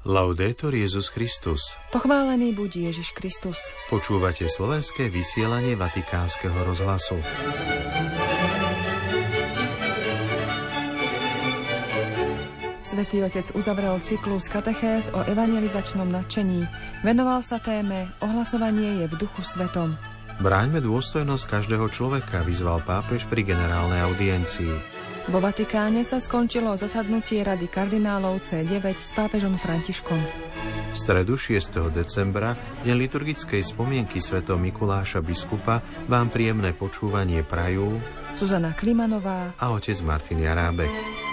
Laudetur Jesus Christus. Pochválený buď Ježiš Kristus. Počúvate slovenské vysielanie Vatikánskeho rozhlasu. Svätý Otec uzavrel cyklus katechéz o evangelizačnom nadšení. Venoval sa téme Ohlasovanie je v duchu svetom. Bráňme dôstojnosť každého človeka, vyzval pápež pri generálnej audiencii. Vo Vatikáne sa skončilo zasadnutie Rady kardinálov C9 s pápežom Františkom. V stredu 6. decembra, deň liturgickej spomienky svätého Mikuláša biskupa, vám príjemné počúvanie prajú Zuzana Klimanová a otec Martin Jarábek.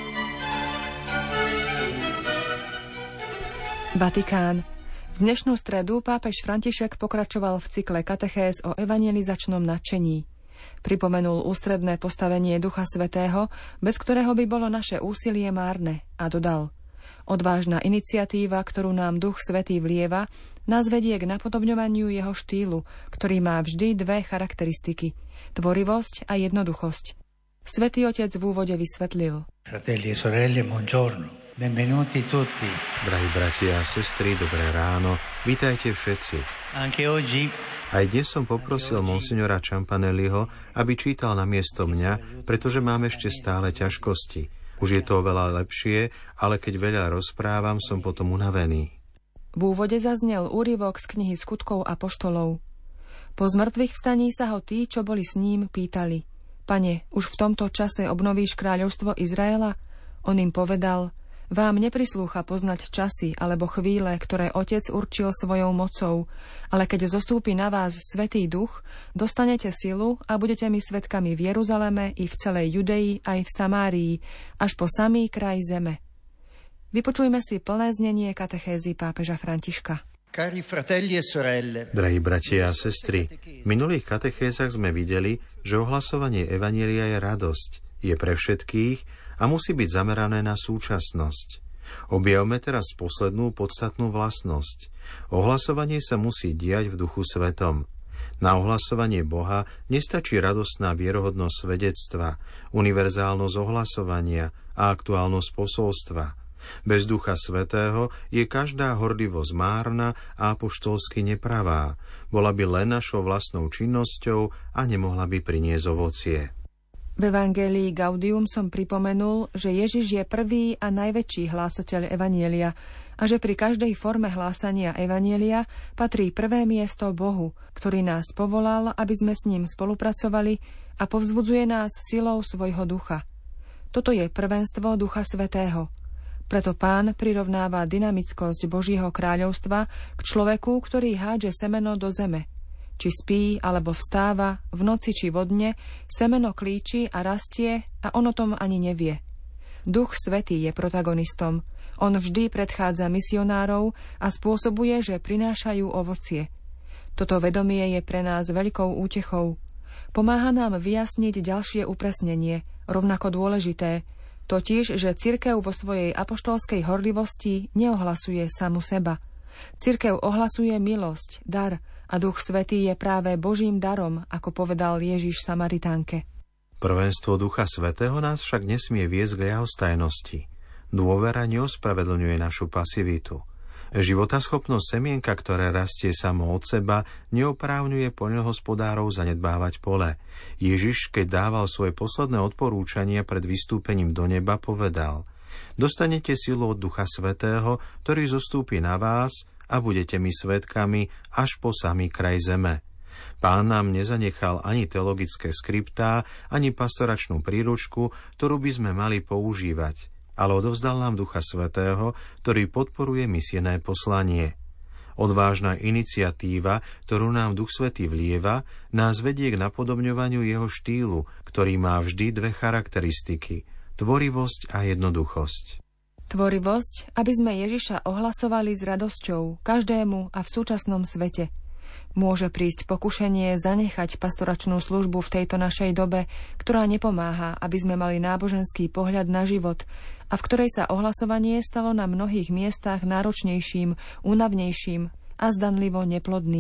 Vatikán. V dnešnú stredu pápež František pokračoval v cykle katechéz o evangelizačnom nadšení. Pripomenul ústredné postavenie Ducha Svätého, bez ktorého by bolo naše úsilie márne, a dodal: odvážna iniciatíva, ktorú nám Duch Svätý vlieva, nás vedie k napodobňovaniu jeho štýlu, ktorý má vždy dve charakteristiky: tvorivosť a jednoduchosť. Svätý Otec v úvode vysvetlil: Fratelli e sorelle, buongiorno. Benvenuti tutti. Drahí bratia a sestry, dobré ráno. Vítajte všetci. Anche oggi. Aj dnes som poprosil monsignora Ciampanelliho, aby čítal namiesto mňa, pretože mám ešte stále ťažkosti. Už je to oveľa lepšie, ale keď veľa rozprávam, som potom unavený. V úvode zaznel úryvok z knihy Skutkov apoštolov. Po zmrtvých vstaní sa ho tí, čo boli s ním, pýtali: Pane, už v tomto čase obnovíš kráľovstvo Izraela? On im povedal: vám neprislúcha poznať časy alebo chvíle, ktoré Otec určil svojou mocou, ale keď zostúpi na vás Svätý Duch, dostanete silu a budete mi svedkami v Jeruzaleme i v celej Judei aj v Samárii, až po samý kraj zeme. Vypočujme si plné znenie katechézy pápeža Františka. Cari fratelli e sorelle. Drahí bratia a sestry, v minulých katechézach sme videli, že ohlasovanie evanjelia je radosť, je pre všetkých a musí byť zamerané na súčasnosť. Objavme teraz poslednú podstatnú vlastnosť. Ohlasovanie sa musí diať v Duchu Svetom. Na ohlasovanie Boha nestačí radostná vierohodnosť svedectva, univerzálnosť ohlasovania a aktuálnosť posolstva. Bez Ducha Svätého je každá horlivosť márna a apoštolsky nepravá. Bola by len našou vlastnou činnosťou a nemohla by priniesť ovocie. V Evangelii Gaudium som pripomenul, že Ježiš je prvý a najväčší hlásateľ evanjelia a že pri každej forme hlásania evanjelia patrí prvé miesto Bohu, ktorý nás povolal, aby sme s ním spolupracovali a povzbudzuje nás silou svojho ducha. Toto je prvenstvo Ducha Svätého. Preto Pán prirovnáva dynamickosť Božieho kráľovstva k človeku, ktorý hádže semeno do zeme. Či spí, alebo vstáva, v noci či vodne, semeno klíči a rastie a on o tom ani nevie. Duch Svätý je protagonistom. On vždy predchádza misionárov a spôsobuje, že prinášajú ovocie. Toto vedomie je pre nás veľkou útechou. Pomáha nám vyjasniť ďalšie upresnenie, rovnako dôležité, totiž, že cirkev vo svojej apoštolskej horlivosti neohlasuje samu seba. Cirkev ohlasuje milosť, dar, a Duch Svätý je práve Božím darom, ako povedal Ježiš Samaritánke. Prvenstvo Ducha Svätého nás však nesmie viesť k ľahostajnosti. Dôvera neospravedlňuje našu pasivitu. Životaschopnosť semienka, ktoré rastie samo od seba, neoprávňuje poľnohospodárov zanedbávať pole. Ježiš, keď dával svoje posledné odporúčania pred vystúpením do neba, povedal: dostanete silu od Ducha Svätého, ktorý zostúpi na vás, a budete mi svedkami až po samý kraj zeme. Pán nám nezanechal ani teologické skriptá, ani pastoračnú príručku, ktorú by sme mali používať, ale odovzdal nám Ducha Svätého, ktorý podporuje misijné poslanie. Odvážna iniciatíva, ktorú nám Duch Svätý vlieva, nás vedie k napodobňovaniu jeho štýlu, ktorý má vždy dve charakteristiky: tvorivosť a jednoduchosť. Tvorivosť, aby sme Ježiša ohlasovali s radosťou každému a v súčasnom svete. Môže prísť pokušenie zanechať pastoračnú službu v tejto našej dobe, ktorá nepomáha, aby sme mali náboženský pohľad na život a v ktorej sa ohlasovanie stalo na mnohých miestach náročnejším, únavnejším a zdanlivo neplodným.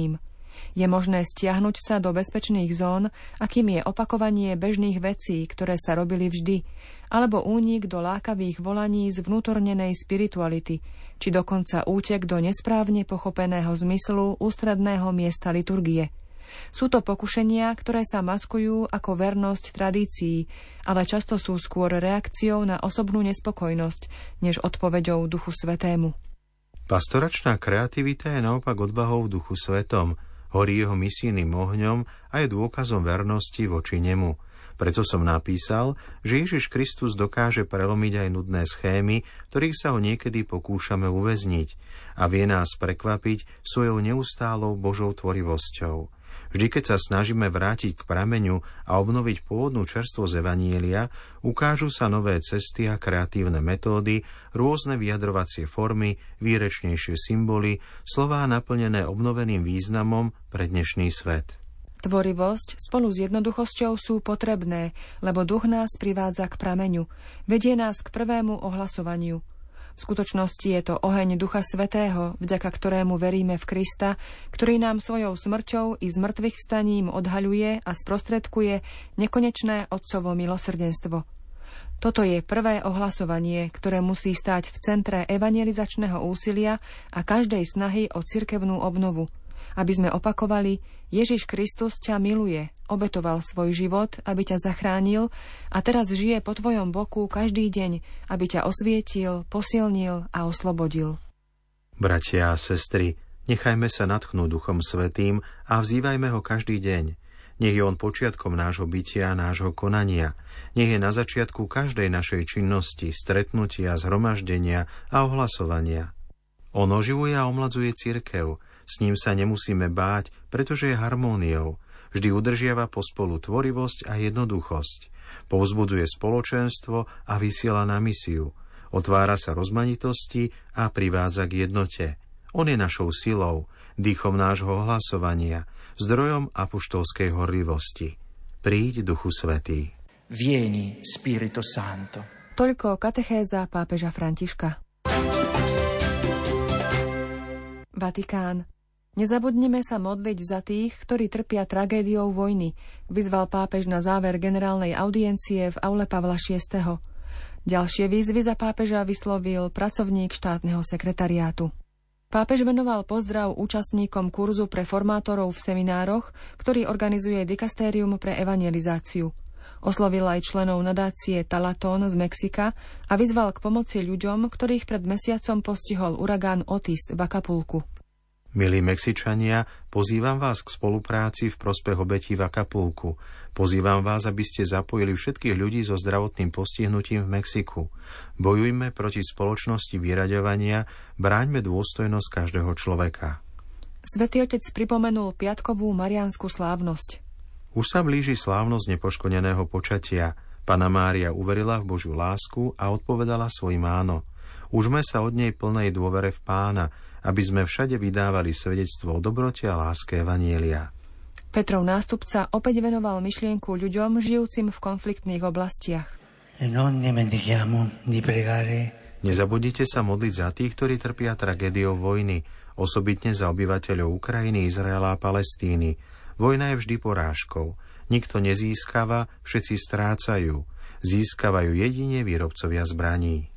Je možné stiahnuť sa do bezpečných zón, akým je opakovanie bežných vecí, ktoré sa robili vždy, alebo únik do lákavých volaní z vnútornenej spirituality, či dokonca útek do nesprávne pochopeného zmyslu ústredného miesta liturgie. Sú to pokušenia, ktoré sa maskujú ako vernosť tradícií, ale často sú skôr reakciou na osobnú nespokojnosť, než odpoveďou Duchu Svätému. Pastoračná kreativita je naopak odvahou v Duchu Svetom, horí jeho misijným ohňom a je dôkazom vernosti voči nemu. Preto som napísal, že Ježiš Kristus dokáže prelomiť aj nudné schémy, ktorých sa ho niekedy pokúšame uväzniť, a vie nás prekvapiť svojou neustálou Božou tvorivosťou. Vždy, keď sa snažíme vrátiť k prameňu a obnoviť pôvodnú čerstvosť evanjelia, ukážu sa nové cesty a kreatívne metódy, rôzne vyjadrovacie formy, výrečnejšie symboly, slová naplnené obnoveným významom pre dnešný svet. Tvorivosť spolu s jednoduchosťou sú potrebné, lebo duch nás privádza k prameňu, vedie nás k prvému ohlasovaniu. V skutočnosti je to oheň Ducha Svätého, vďaka ktorému veríme v Krista, ktorý nám svojou smrťou i zmrtvých vstaním odhaľuje a sprostredkuje nekonečné Otcovo milosrdenstvo. Toto je prvé ohlasovanie, ktoré musí stáť v centre evangelizačného úsilia a každej snahy o cirkevnú obnovu, aby sme opakovali: Ježiš Kristus ťa miluje, obetoval svoj život, aby ťa zachránil a teraz žije po tvojom boku každý deň, aby ťa osvietil, posilnil a oslobodil. Bratia a sestry, nechajme sa nadchnúť Duchom Svätým a vzývajme ho každý deň. Nech je on počiatkom nášho bytia a nášho konania. Nech je na začiatku každej našej činnosti, stretnutia, zhromaždenia a ohlasovania. On oživuje a omladzuje cirkev. S ním sa nemusíme báť, pretože je harmóniou. Vždy udržiava pospolu tvorivosť a jednoduchosť. Povzbudzuje spoločenstvo a vysiela na misiu. Otvára sa rozmanitosti a privádza k jednote. On je našou silou, dýchom nášho ohlasovania, zdrojom apoštolskej horlivosti. Príď, Duchu Svätý. Vieni, Spirito Santo. Toľko katechéza pápeža Františka. Vatikán. Nezabudneme sa modliť za tých, ktorí trpia tragédiou vojny, vyzval pápež na záver generálnej audiencie v aule Pavla VI. Ďalšie výzvy za pápeža vyslovil pracovník štátneho sekretariátu. Pápež venoval pozdrav účastníkom kurzu pre formátorov v seminároch, ktorý organizuje Dikastérium pre evangelizáciu. Oslovil aj členov nadácie Talatón z Mexika a vyzval k pomoci ľuďom, ktorých pred mesiacom postihol uragán Otis v Acapulku. Milí Mexičania, pozývam vás k spolupráci v prospech obetí v Acapulku. Pozývam vás, aby ste zapojili všetkých ľudí so zdravotným postihnutím v Mexiku. Bojujme proti spoločnosti vyraďovania, bráňme dôstojnosť každého človeka. Svätý Otec pripomenul piatkovú mariánsku slávnosť. Už sa blíži slávnosť nepoškodeného počatia. Panna Mária uverila v Božiu lásku a odpovedala svojim áno. Užme sa od nej plnej dôvere v Pána, aby sme všade vydávali svedectvo o dobrote a láske evanjelia. Petrov nástupca opäť venoval myšlienku ľuďom žijúcim v konfliktných oblastiach. Nezabudnite sa modliť za tých, ktorí trpia tragédiou vojny, osobitne za obyvateľov Ukrajiny, Izraela a Palestíny. Vojna je vždy porážkou. Nikto nezískava, všetci strácajú. Získavajú jedine výrobcovia zbraní.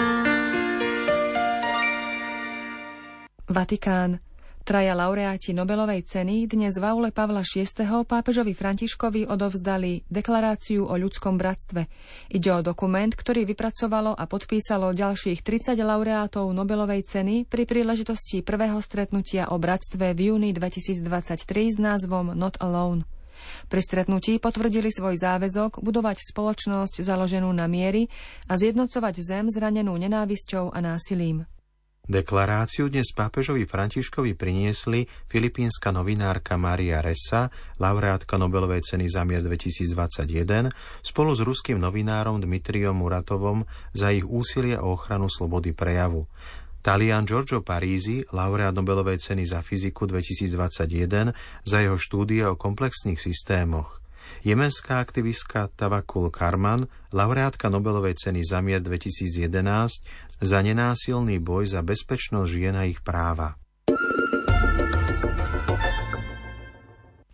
Vatikán. Traja laureáti Nobelovej ceny dnes v aule Pavla VI. Pápežovi Františkovi odovzdali deklaráciu o ľudskom bratstve. Ide o dokument, ktorý vypracovalo a podpísalo ďalších 30 laureátov Nobelovej ceny pri príležitosti prvého stretnutia o bratstve v júni 2023 s názvom Not Alone. Pri stretnutí potvrdili svoj záväzok budovať spoločnosť založenú na miery a zjednocovať zem zranenú nenávisťou a násilím. Deklaráciu dnes pápežovi Františkovi priniesli filipínska novinárka Maria Ressa, laureátka Nobelovej ceny za mier 2021, spolu s ruským novinárom Dmitriom Muratovom za ich úsilie o ochranu slobody prejavu. Talian Giorgio Parisi, laureát Nobelovej ceny za fyziku 2021, za jeho štúdie o komplexných systémoch. Jemenská aktivistka Tawakkul Karman, laureátka Nobelovej ceny za mier 2011, za nenásilný boj za bezpečnosť žien a ich práva.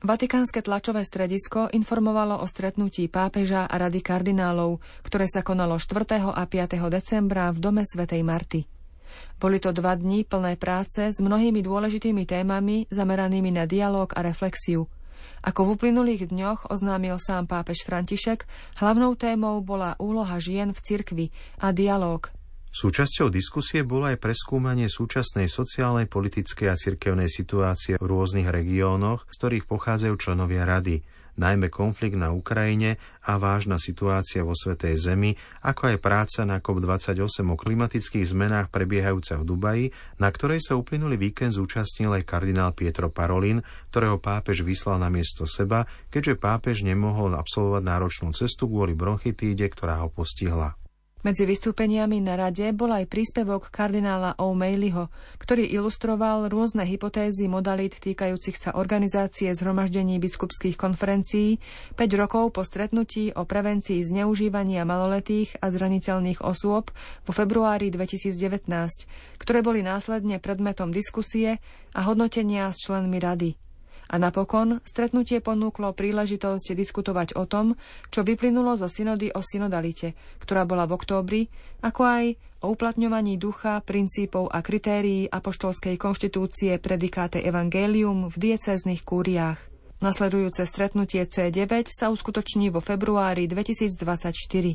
Vatikánske tlačové stredisko informovalo o stretnutí pápeža a rady kardinálov, ktoré sa konalo 4. a 5. decembra v dome svätej Marty. Boli to 2 dni plné práce s mnohými dôležitými témami zameranými na dialóg a reflexiu. Ako v uplynulých dňoch oznámil sám pápež František, hlavnou témou bola úloha žien v cirkvi a dialóg. Súčasťou diskusie bolo aj preskúmanie súčasnej sociálnej, politickej a cirkevnej situácie v rôznych regiónoch, z ktorých pochádzajú členovia rady, najmä konflikt na Ukrajine a vážna situácia vo Svätej Zemi, ako aj práca na COP28 o klimatických zmenách prebiehajúca v Dubaji, na ktorej sa uplynulý víkend zúčastnil aj kardinál Pietro Parolin, ktorého pápež vyslal namiesto seba, keďže pápež nemohol absolvovať náročnú cestu kvôli bronchitíde, ktorá ho postihla. Medzi vystúpeniami na rade bol aj príspevok kardinála O'Malleyho, ktorý ilustroval rôzne hypotézy modalít týkajúcich sa organizácie zhromaždení biskupských konferencií 5 rokov po stretnutí o prevencii zneužívania maloletých a zraniteľných osôb vo februári 2019, ktoré boli následne predmetom diskusie a hodnotenia s členmi rady. A napokon stretnutie ponúklo príležitosť diskutovať o tom, čo vyplynulo zo synody o synodalite, ktorá bola v októbri, ako aj o uplatňovaní ducha, princípov a kritérií apoštolskej konštitúcie Predicate Evangelium v diecéznych kúriách. Nasledujúce stretnutie C9 sa uskutoční vo februári 2024.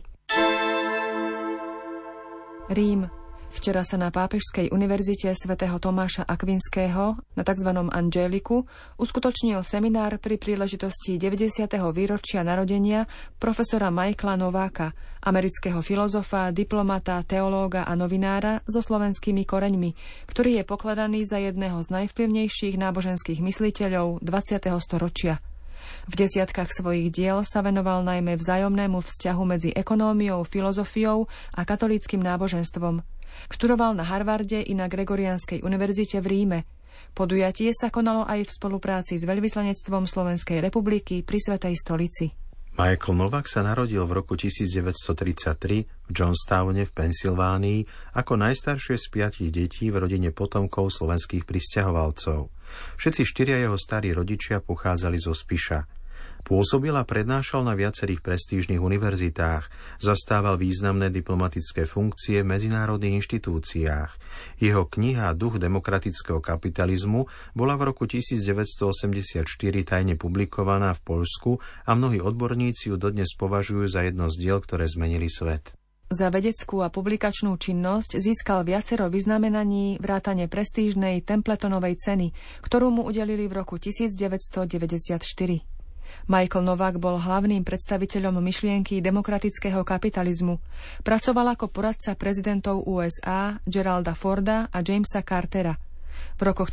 Rím. Včera sa na Pápežskej univerzite svätého Tomáša Akvinského na tzv. Angeliku uskutočnil seminár pri príležitosti 90. výročia narodenia profesora Michaela Nováka, amerického filozofa, diplomata, teológa a novinára so slovenskými koreňmi, ktorý je pokladaný za jedného z najvplyvnejších náboženských mysliteľov 20. storočia. V desiatkách svojich diel sa venoval najmä vzájomnému vzťahu medzi ekonómiou, filozofiou a katolíckym náboženstvom. Študoval na Harvarde i na Gregoriánskej univerzite v Ríme. Podujatie sa konalo aj v spolupráci s veľvyslanectvom Slovenskej republiky pri Svätej stolici. Michael Novak sa narodil v roku 1933 v Johnstowne v Pensylvánii ako najstaršie z 5 detí v rodine potomkov slovenských prisťahovalcov. Všetci 4 jeho starí rodičia pochádzali zo Spiša. Pôsobil a prednášal na viacerých prestížnych univerzitách, zastával významné diplomatické funkcie v medzinárodných inštitúciách. Jeho kniha Duch demokratického kapitalizmu bola v roku 1984 tajne publikovaná v Poľsku a mnohí odborníci ju dodnes považujú za jedno z diel, ktoré zmenili svet. Za vedeckú a publikačnú činnosť získal viacero vyznamenaní vrátane prestížnej Templetonovej ceny, ktorú mu udelili v roku 1994. Michael Novák bol hlavným predstaviteľom myšlienky demokratického kapitalizmu. Pracoval ako poradca prezidentov USA Geralda Forda a Jamesa Cartera. V rokoch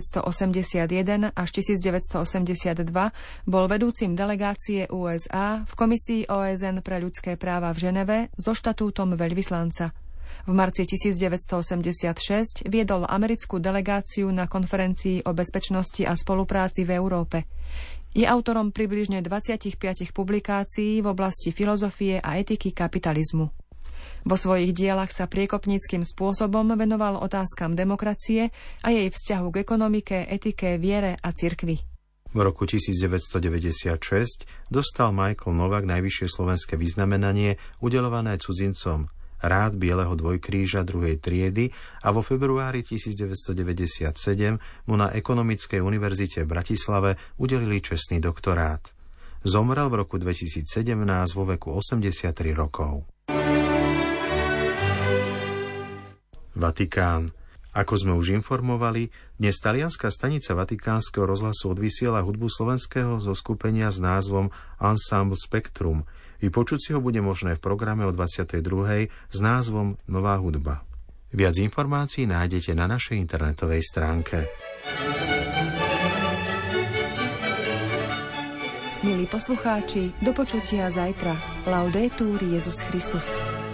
1981 až 1982 bol vedúcim delegácie USA v Komisii OSN pre ľudské práva v Ženeve so štatútom veľvyslanca. V marci 1986 viedol americkú delegáciu na konferencii o bezpečnosti a spolupráci v Európe. Je autorom približne 25 publikácií v oblasti filozofie a etiky kapitalizmu. Vo svojich dielach sa priekopníckym spôsobom venoval otázkam demokracie a jej vzťahu k ekonomike, etike, viere a cirkvi. V roku 1996 dostal Michael Novák najvyššie slovenské vyznamenanie udeľované cudzincom Rád bieleho dvojkríža 2. triedy a vo februári 1997 mu na Ekonomickej univerzite v Bratislave udelili čestný doktorát. Zomrel v roku 2017 vo veku 83 rokov. Vatikán. Ako sme už informovali, dnes talianská stanica Vatikánskeho rozhlasu odvysiela hudbu slovenského zoskupenia s názvom Ensemble Spectrum. Vypočuť si ho bude možné v programe o 22. s názvom Nová hudba. Viac informácií nájdete na našej internetovej stránke. Milí poslucháči, do počutia zajtra. Laudetur Jesus Christus.